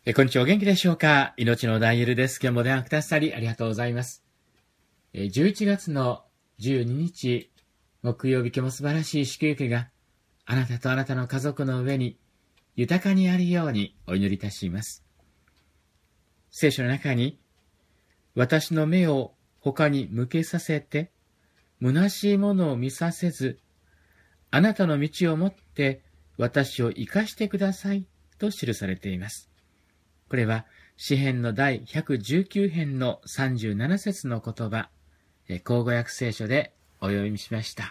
こんにちは。お元気でしょうか？命のダイエルです。今日も電話くださりありがとうございます。11月の12日、木曜日、今日も素晴らしい祝福があなたとあなたの家族の上に豊かにあるようにお祈りいたします。聖書の中に、私の目を他に向けさせて、虚しいものを見させず、あなたの道をもって私を生かしてくださいと記されています。これは詩編の第119編の37節の言葉、口語訳聖書でお読みしました。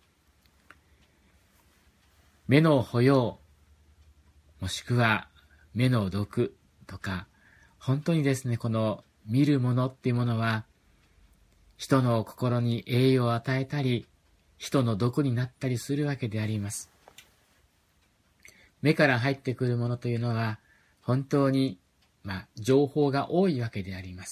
目の保養、もしくは目の毒とか、本当にですね、この見るものっていうものは、人の心に栄養を与えたり、人の毒になったりするわけであります。目から入ってくるものというのは、本当に、情報が多いわけであります。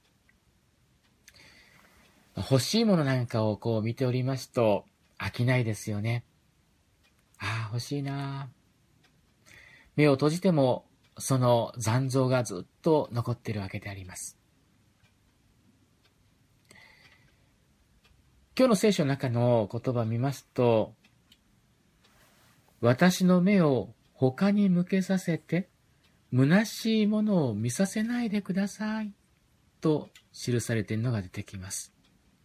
欲しいものなんかを見ておりますと、飽きないですよね。欲しいな。目を閉じても、その残像がずっと残っているわけであります。今日の聖書の中の言葉を見ますと、私の目を他に向けさせて、虚しいものを見させないでくださいと記されているのが出てきます。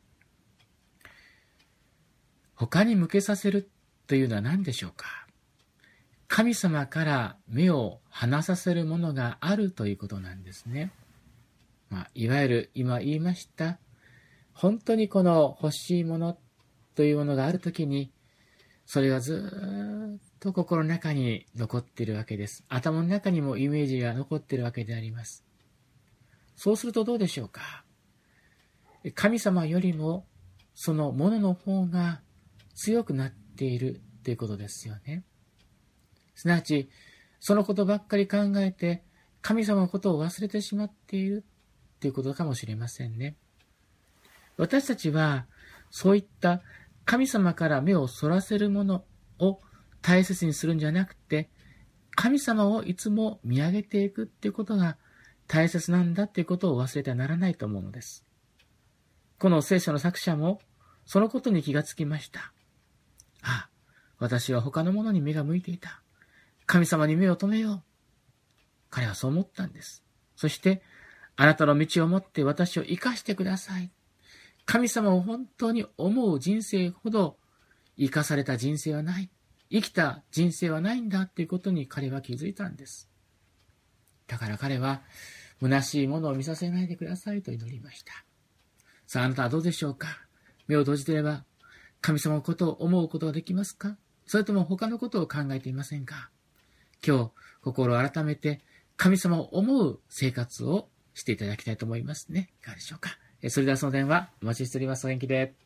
他に向けさせるというのは何でしょうか？神様から目を離させるものがあるということなんですね。いわゆる今言いました、本当にこの欲しいものというものがあるときに、それがずっと心の中に残っているわけです。頭の中にもイメージが残っているわけであります。そうするとどうでしょうか？神様よりもそのものの方が強くなっているということですよね。すなわち、そのことばっかり考えて、神様のことを忘れてしまっているということかもしれませんね。私たちは、そういった神様から目をそらせるものを大切にするんじゃなくて、神様をいつも見上げていくっていうことが大切なんだっていうことを忘れてはならないと思うのです。この聖書の作者もそのことに気がつきました。私は他のものに目が向いていた。神様に目を留めよう。彼はそう思ったんです。そして、あなたの道をもって私を生かしてください。神様を本当に思う人生ほど生かされた人生はない。生きた人生はないんだということに彼は気づいたんです。だから彼は、虚しいものを見させないでくださいと祈りました。さあ、あなたはどうでしょうか？目を閉じていれば、神様のことを思うことができますか？それとも他のことを考えていませんか？今日、心を改めて、神様を思う生活をしていただきたいと思いますね。いかがでしょうか？それではその電話、お待ちしております。お元気で。